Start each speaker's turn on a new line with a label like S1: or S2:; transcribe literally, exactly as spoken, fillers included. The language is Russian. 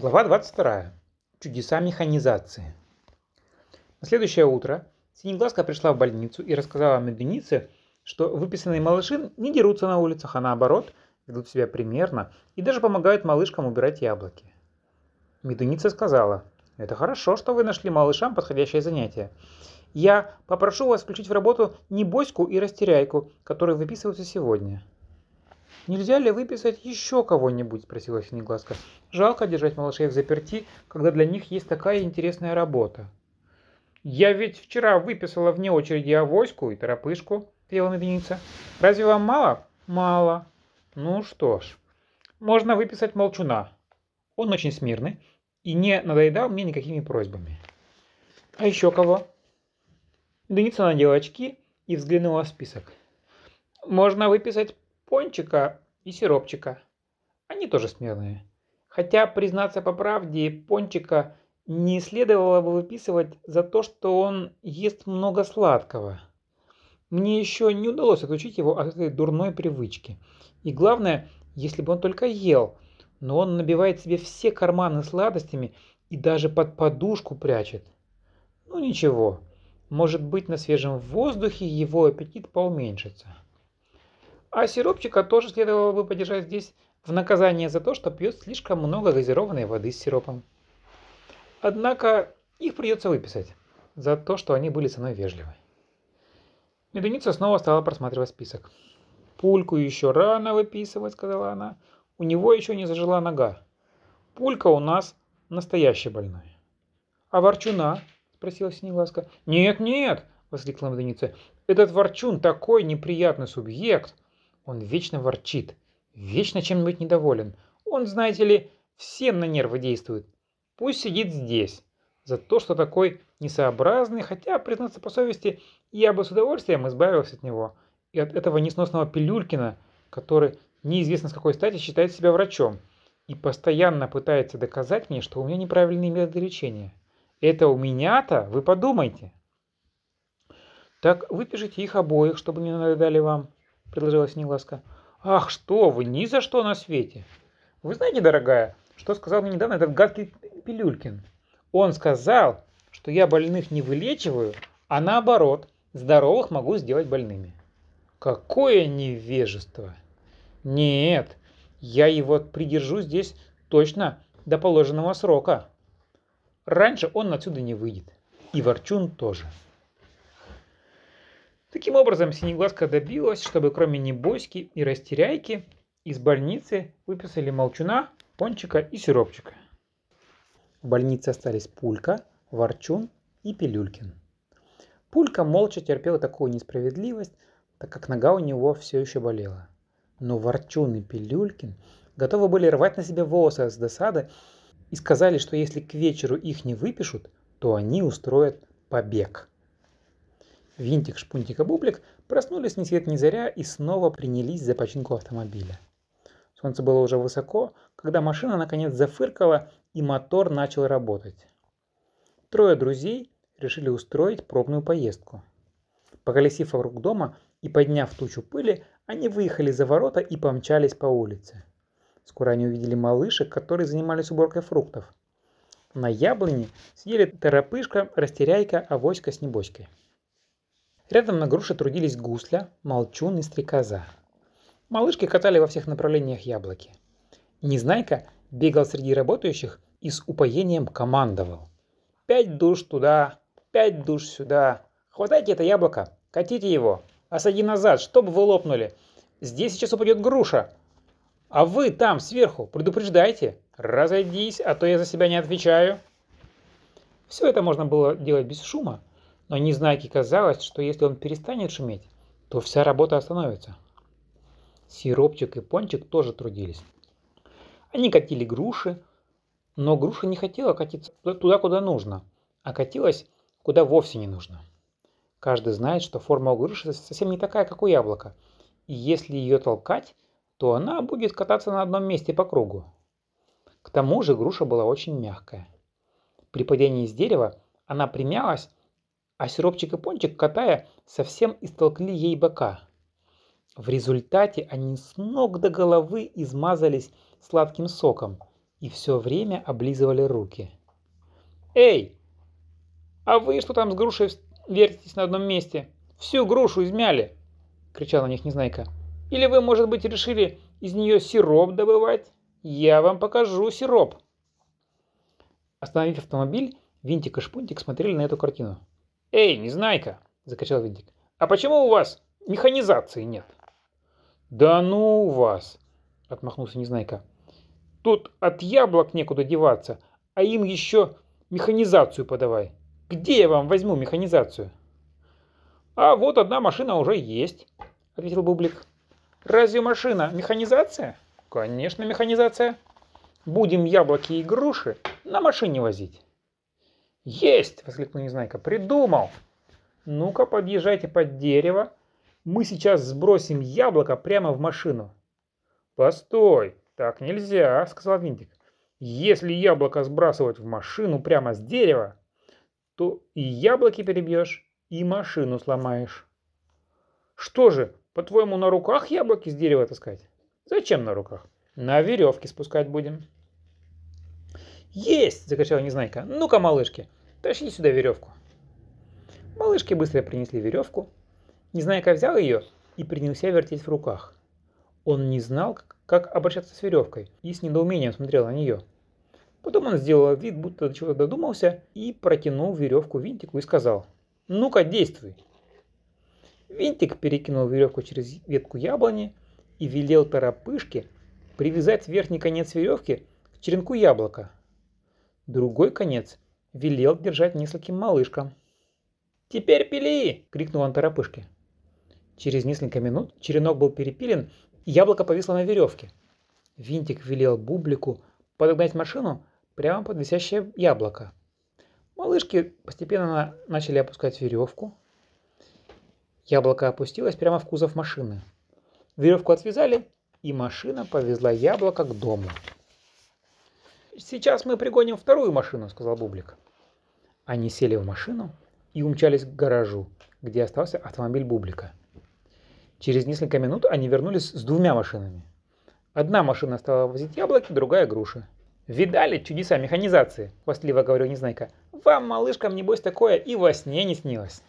S1: Глава двадцать вторая. Чудеса механизации. На следующее утро Синеглазка пришла в больницу и рассказала медунице, что выписанные малыши не дерутся на улицах, а наоборот, ведут себя примерно и даже помогают малышкам убирать яблоки. Медуница сказала: «Это хорошо, что вы нашли малышам подходящее занятие. Я попрошу вас включить в работу Небоську и Растеряйку, которые выписываются сегодня». «Нельзя ли выписать еще кого-нибудь?» – спросила Синеглазка. «Жалко держать малышей взаперти, когда для них есть такая интересная работа». «Я ведь вчера выписала вне очереди Авоську и Торопышку», – ответила медуница. «Разве вам мало?» «Мало». «Ну что ж, можно выписать Молчуна. Он очень смирный и не надоедал мне никакими просьбами». «А еще кого?» Медуница надела очки и взглянула в список. «Можно выписать Пончика и Сиропчика. Они тоже смирные. Хотя, признаться по правде, Пончика не следовало бы выписывать за то, что он ест много сладкого. Мне еще не удалось отучить его от этой дурной привычки. И главное, если бы он только ел, но он набивает себе все карманы сладостями и даже под подушку прячет. Ну ничего, может быть, на свежем воздухе его аппетит поуменьшится. А Сиропчика тоже следовало бы подержать здесь в наказание за то, что пьет слишком много газированной воды с сиропом. Однако их придется выписать за то, что они были со мной вежливы». Медуница снова стала просматривать список. «Пульку еще рано выписывать», — сказала она. «У него еще не зажила нога. Пулька у нас настоящий больной». «А Ворчуна?» — спросила Синеглазка. «Нет, нет», — воскликнула Медуница. «Этот Ворчун такой неприятный субъект. Он вечно ворчит, вечно чем-нибудь недоволен. Он, знаете ли, всем на нервы действует. Пусть сидит здесь. За то, что такой несообразный, хотя, признаться по совести, я бы с удовольствием избавился от него. И от этого несносного Пилюлькина, который неизвестно с какой стати считает себя врачом и постоянно пытается доказать мне, что у меня неправильные методы лечения. Это у меня-то, вы подумайте». «Так выпишите их обоих, чтобы не надоедали вам», — предложила Синеглазка. «Ах, что вы, ни за что на свете! Вы знаете, дорогая, что сказал мне недавно этот гадкий Пилюлькин? Он сказал, что я больных не вылечиваю, а наоборот, здоровых могу сделать больными». Какое невежество! Нет, я его придержу здесь точно до положенного срока. Раньше он отсюда не выйдет. И Ворчун тоже. Таким образом, Синеглазка добилась, чтобы кроме Небоськи и Растеряйки из больницы выписали Молчуна, Пончика и Сиропчика. В больнице остались Пулька, Ворчун и Пилюлькин. Пулька молча терпел такую несправедливость, так как нога у него все еще болела. Но Ворчун и Пилюлькин готовы были рвать на себе волосы с досады и сказали, что если к вечеру их не выпишут, то они устроят побег. Винтик, Шпунтик и Бублик проснулись ни свет ни заря и снова принялись за починку автомобиля. Солнце было уже высоко, когда машина наконец зафыркала и мотор начал работать. Трое друзей решили устроить пробную поездку. Поколесив вокруг дома и подняв тучу пыли, они выехали за ворота и помчались по улице. Скоро они увидели малышек, которые занимались уборкой фруктов. На яблоне сидели Торопышка, Растеряйка, Авоська с Небоськой. Рядом на груше трудились Гусля, Молчун и Стрекоза. Малышки катали во всех направлениях яблоки. Незнайка бегал среди работающих и с упоением командовал: «Пять душ туда, пять душ сюда. Хватайте это яблоко, катите его, осади назад, чтобы вы лопнули. Здесь сейчас упадет груша. А вы там сверху предупреждайте. Разойдись, а то я за себя не отвечаю». Все это можно было делать без шума, но Незнайке казалось, что если он перестанет шуметь, то вся работа остановится. Сиропчик и Пончик тоже трудились. Они катили груши, но груша не хотела катиться туда, куда нужно, а катилась, куда вовсе не нужно. Каждый знает, что форма у груши совсем не такая, как у яблока, и если ее толкать, то она будет кататься на одном месте по кругу. К тому же груша была очень мягкая. При падении с дерева она примялась, а Сиропчик и Пончик, катая, совсем истолкли ей бока. В результате они с ног до головы измазались сладким соком и все время облизывали руки. «Эй, а вы что там с грушей вертитесь на одном месте? Всю грушу измяли!» — кричал на них Незнайка. «Или вы, может быть, решили из нее сироп добывать? Я вам покажу сироп!» Остановив автомобиль, Винтик и Шпунтик смотрели на эту картину. «Эй, Незнайка!» — закричал Винтик. «А почему у вас механизации нет?» «Да ну вас!» — отмахнулся Незнайка. «Тут от яблок некуда деваться, а им еще механизацию подавай. Где я вам возьму механизацию?» «А вот одна машина уже есть», — ответил Бублик. «Разве машина механизация?» «Конечно, механизация. Будем яблоки и груши на машине возить». «Есть!» — воскликнул Незнайка. «Придумал! Ну-ка, подъезжайте под дерево. Мы сейчас сбросим яблоко прямо в машину». «Постой, так нельзя», — сказал Винтик. «Если яблоко сбрасывать в машину прямо с дерева, то и яблоки перебьешь, и машину сломаешь». «Что же, по-твоему, на руках яблоки с дерева таскать?» «Зачем на руках? На веревке спускать будем». «Есть!» — закричал Незнайка. «Ну-ка, малышки, тащите сюда веревку». Малышки быстро принесли веревку. Незнайка взял ее и принялся вертеть в руках. Он не знал, как обращаться с веревкой, и с недоумением смотрел на нее. Потом он сделал вид, будто до чего-то додумался, и протянул веревку Винтику и сказал: «Ну-ка, действуй». Винтик перекинул веревку через ветку яблони и велел Торопышке привязать верхний конец веревки к черенку яблока. Другой конец велел держать нескольким малышкам. «Теперь пили!» — крикнул он Торопышке. Через несколько минут черенок был перепилен, и яблоко повисло на веревке. Винтик велел Бублику подогнать машину прямо под висящее яблоко. Малышки постепенно начали опускать веревку. Яблоко опустилось прямо в кузов машины. Веревку отвязали, и машина повезла яблоко к дому. «Сейчас мы пригоним вторую машину», — сказал Бублик. Они сели в машину и умчались к гаражу, где остался автомобиль Бублика. Через несколько минут они вернулись с двумя машинами. Одна машина стала возить яблоки, другая — груши. «Видали чудеса механизации?» — хвастливо говорил Незнайка. «Вам, малышкам, небось, такое и во сне не снилось».